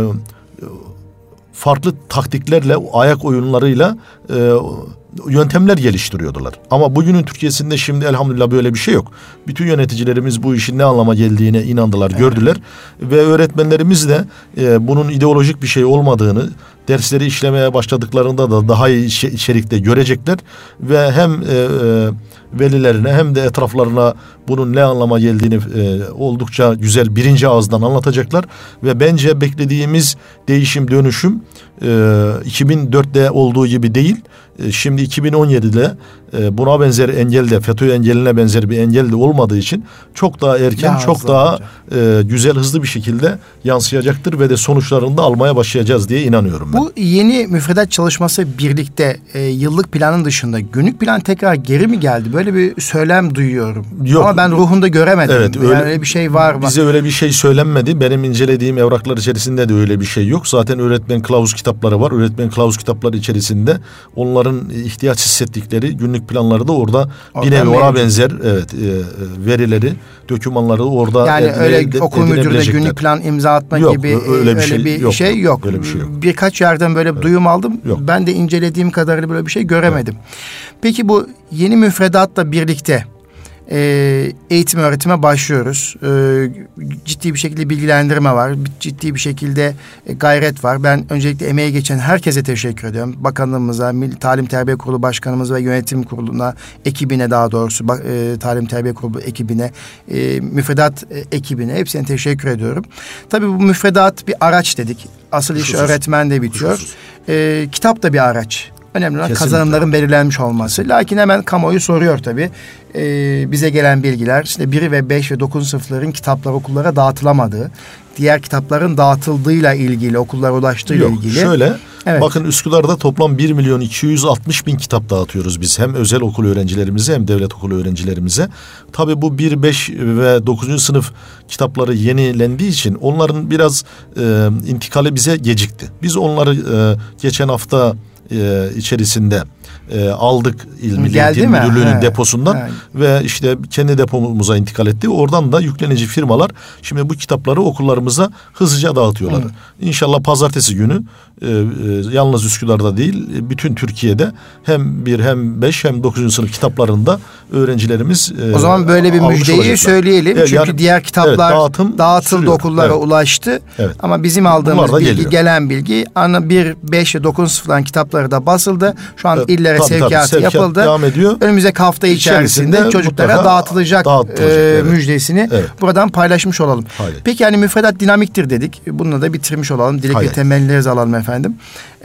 farklı taktiklerle, ayak oyunlarıyla e, yöntemler geliştiriyordular. Ama bugünün Türkiye'sinde şimdi elhamdülillah böyle bir şey yok. Bütün yöneticilerimiz bu işin ne anlama geldiğine inandılar, evet. gördüler ve öğretmenlerimiz de e, bunun ideolojik bir şey olmadığını, dersleri işlemeye başladıklarında da daha iyi içerikte görecekler ve hem e, e, velilerine hem de etraflarına bunun ne anlama geldiğini e, oldukça güzel birinci ağızdan anlatacaklar ve bence beklediğimiz değişim, dönüşüm e, iki bin dörtte olduğu gibi değil. E, şimdi iki bin on yedide e, buna benzer engel de, FETÖ engeline benzer bir engel de olmadığı için çok daha erken, daha çok daha e, güzel, hızlı bir şekilde yansıyacaktır ve de sonuçlarını da almaya başlayacağız diye inanıyorum ben. Bu yeni müfredat çalışması birlikte e, yıllık planın dışında günlük plan tekrar geri mi geldi? Böyle bir söylem duyuyorum. Yok. Ama ben ruhunda göremedim. Evet, öyle, yani öyle bir şey var mı? Bize öyle bir şey söylenmedi. Benim incelediğim evraklar içerisinde de öyle bir şey yok. Zaten öğretmen kılavuz kitapları var. Öğretmen kılavuz kitapları içerisinde onların ihtiyaç hissettikleri günlük planları da orada bir nevi ona benzer evet e, verileri, dokümanları orada yani edine, öyle okul müdürüne günlük plan imza atma yok, gibi öyle bir, öyle şey, bir yok, şey yok. Öyle bir şey yok. Birkaç yerden böyle bir evet. duyum aldım. Yok. Ben de incelediğim kadarıyla böyle bir şey göremedim. Evet. Peki bu yeni müfredatla birlikte e, eğitim öğretime başlıyoruz. E, ciddi bir şekilde bilgilendirme var. Ciddi bir şekilde e, gayret var. Ben öncelikle emeği geçen herkese teşekkür ediyorum. Bakanlığımıza, Milli Talim Terbiye Kurulu Başkanımız ve Yönetim Kurulu'na, ekibine daha doğrusu e, Talim Terbiye Kurulu ekibine, e, müfredat e, ekibine hepsine teşekkür ediyorum. Tabii bu müfredat bir araç dedik. Asıl iş öğretmen de bitiyor. E, kitap da bir araç. Önemli olan Kesinlikle. kazanımların belirlenmiş olması. Lakin hemen kamuoyu soruyor tabii. Ee, bize gelen bilgiler işte bir ve beş ve dokuzuncu sınıfların kitaplar okullara dağıtılamadığı, diğer kitapların dağıtıldığıyla ilgili, okullara ulaştığıyla Yok, ilgili. Şöyle, evet. bakın Üsküdar'da toplam bir milyon iki yüz altmış bin kitap dağıtıyoruz biz. Hem özel okul öğrencilerimize hem devlet okulu öğrencilerimize. Tabii bu bir, beş ve dokuzuncu sınıf kitapları yenilendiği için onların biraz e, intikali bize gecikti. Biz onları e, geçen hafta e, içerisinde e, aldık İl Milli Geldi Eğitim mi? Müdürlüğü'nün He. deposundan He. ve işte kendi depomuza intikal etti. Oradan da yüklenici firmalar şimdi bu kitapları okullarımıza hızlıca dağıtıyorlar. Hı. İnşallah pazartesi günü e, e, yalnız Üsküdar'da değil, bütün Türkiye'de hem bir hem beş hem dokuzuncu sınıf kitaplarında öğrencilerimiz e, o zaman böyle bir müjdeyi olacaklar. Söyleyelim. Evet, çünkü yani, diğer kitaplar evet, dağıtım dağıtıldı, sürüyor. Okullara evet. ulaştı. Evet. Ama bizim aldığımız bilgi, geliyor. Gelen bilgi ana bir, beş ve dokuz sınıftan kitapları da basıldı. Şu an evet, illere tabii, sevkiyatı tabii, sevkiyat yapıldı. Devam ediyor. Önümüzdeki hafta içerisinde, içerisinde çocuklara dağıtılacak, dağıtılacak e, evet. müjdesini evet. buradan paylaşmış olalım. Hayır. Peki yani müfredat dinamiktir dedik. Bununla da bitirmiş olalım. Dilek ve temennilerinizi alalım efendim.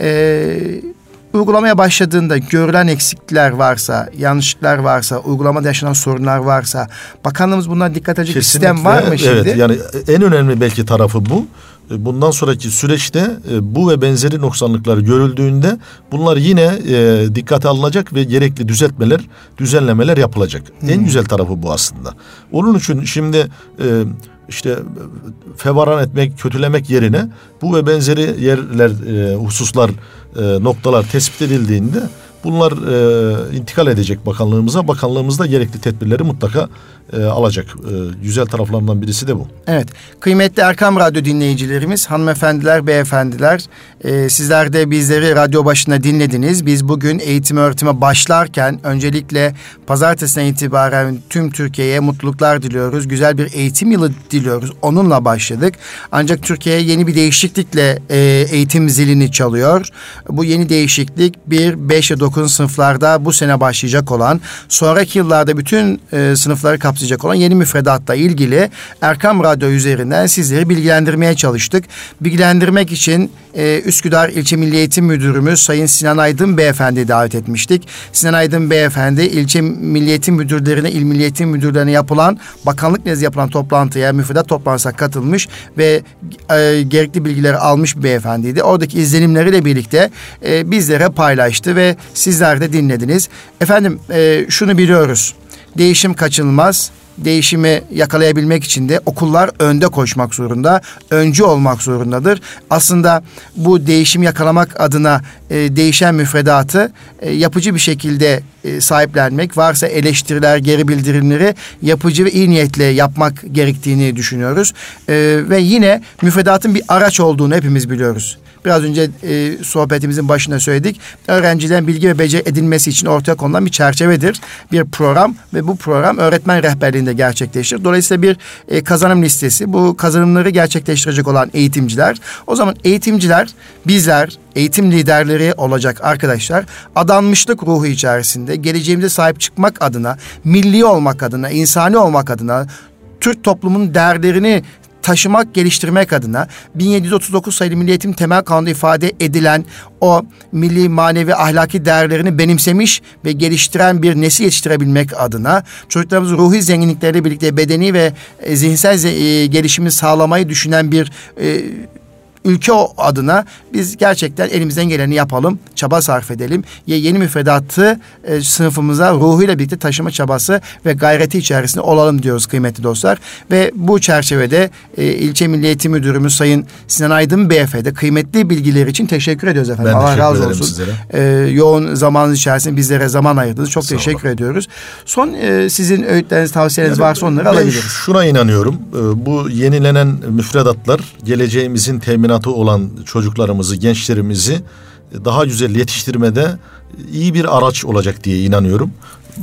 Eee Uygulamaya başladığında görülen eksiklikler varsa, yanlışlıklar varsa, uygulamada yaşanan sorunlar varsa, bakanlığımız bunlara dikkat edecek bir sistem var mı şimdi? Evet, yani en önemli belki tarafı bu. Bundan sonraki süreçte bu ve benzeri noksanlıklar görüldüğünde bunlar yine e, dikkate alınacak ve gerekli düzeltmeler, düzenlemeler yapılacak. Hmm. En güzel tarafı bu aslında. Onun için şimdi e, işte fevaran etmek, kötülemek yerine bu ve benzeri yerler, e, hususlar, e, noktalar tespit edildiğinde bunlar e, intikal edecek bakanlığımıza. Bakanlığımız da gerekli tedbirleri mutlaka e, alacak. E, güzel taraflarından birisi de bu. Evet. Kıymetli Erkam Radyo dinleyicilerimiz, hanımefendiler, beyefendiler, e, sizler de bizleri radyo başında dinlediniz. Biz bugün eğitim öğretime başlarken öncelikle pazartesinden itibaren tüm Türkiye'ye mutluluklar diliyoruz. Güzel bir eğitim yılı diliyoruz. Onunla başladık. Ancak Türkiye'ye yeni bir değişiklikle e, eğitim zilini çalıyor. Bu yeni değişiklik bir, beş ve dokuz sınıflarda bu sene başlayacak olan, sonraki yıllarda bütün e, sınıfları kapsayacak olan yeni müfredatla ilgili Erkam Radyo üzerinden sizleri bilgilendirmeye çalıştık. Bilgilendirmek için e, Üsküdar İlçe Milli Eğitim Müdürümüz Sayın Sinan Aydın Beyefendi'yi davet etmiştik. Sinan Aydın Beyefendi ilçe Milli Eğitim Müdürlerine, İl Milli Eğitim Müdürlerine yapılan, bakanlık nezdinde yapılan toplantıya, müfredat toplantısına katılmış ve e, gerekli bilgileri almış bir beyefendiydi. Oradaki izlenimleriyle birlikte e, bizlere paylaştı ve sizler de dinlediniz. Efendim e, şunu biliyoruz. Değişim kaçınılmaz. Değişimi yakalayabilmek için de okullar önde koşmak zorunda, öncü olmak zorundadır. Aslında bu değişimi yakalamak adına e, değişen müfredatı e, yapıcı bir şekilde e, sahiplenmek, varsa eleştiriler, geri bildirimleri yapıcı ve iyi niyetle yapmak gerektiğini düşünüyoruz. E, ve yine müfredatın bir araç olduğunu hepimiz biliyoruz. Biraz önce e, sohbetimizin başında söyledik. Öğrencilerin bilgi ve beceri edinmesi için ortaya konulan bir çerçevedir. Bir program ve bu program öğretmen rehberliğinde gerçekleşir. Dolayısıyla bir e, kazanım listesi. Bu kazanımları gerçekleştirecek olan eğitimciler. O zaman eğitimciler, bizler, eğitim liderleri olacak arkadaşlar. Adanmışlık ruhu içerisinde geleceğimize sahip çıkmak adına, milli olmak adına, insani olmak adına, Türk toplumunun değerlerini taşımak, geliştirmek adına bin yedi yüz otuz dokuz sayılı Milli Eğitim Temel Kanunu'nda ifade edilen o milli, manevi, ahlaki değerlerini benimsemiş ve geliştiren bir nesil yetiştirebilmek adına çocuklarımızın ruhi zenginlikleriyle birlikte bedeni ve e, zihinsel ze- e, gelişimi sağlamayı düşünen bir e, ülke adına biz gerçekten elimizden geleni yapalım, çaba sarf edelim. Yeni müfredatı e, sınıfımıza ruhuyla birlikte taşıma çabası ve gayreti içerisinde olalım diyoruz kıymetli dostlar. Ve bu çerçevede e, İlçe Milli Eğitim Müdürümüz Sayın Sinan Aydın Beyefendi kıymetli bilgiler için teşekkür ediyoruz efendim. Ben Allah razı olsun. Sizlere. E, yoğun zamanınız içerisinde bizlere zaman ayırdınız. Çok Sağ teşekkür olun. ediyoruz. Son e, sizin öğütleriniz, tavsiyeleriniz yani, varsa onları alabiliriz. Ben şuna inanıyorum. E, bu yenilenen müfredatlar geleceğimizin temin olan çocuklarımızı, gençlerimizi daha güzel yetiştirmede iyi bir araç olacak diye inanıyorum.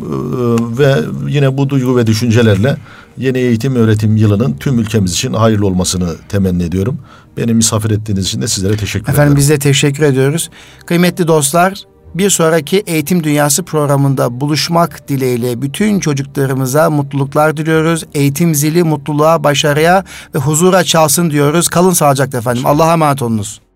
Ve yine bu duygu ve düşüncelerle yeni eğitim öğretim yılının tüm ülkemiz için hayırlı olmasını temenni ediyorum. Beni misafir ettiğiniz için de sizlere teşekkür ederim. Efendim biz de teşekkür ediyoruz. Kıymetli dostlar, bir sonraki Eğitim Dünyası programında buluşmak dileğiyle bütün çocuklarımıza mutluluklar diliyoruz. Eğitim zili mutluluğa, başarıya ve huzura çalsın diyoruz. Kalın sağlıcakla efendim. Allah'a emanet olunuz.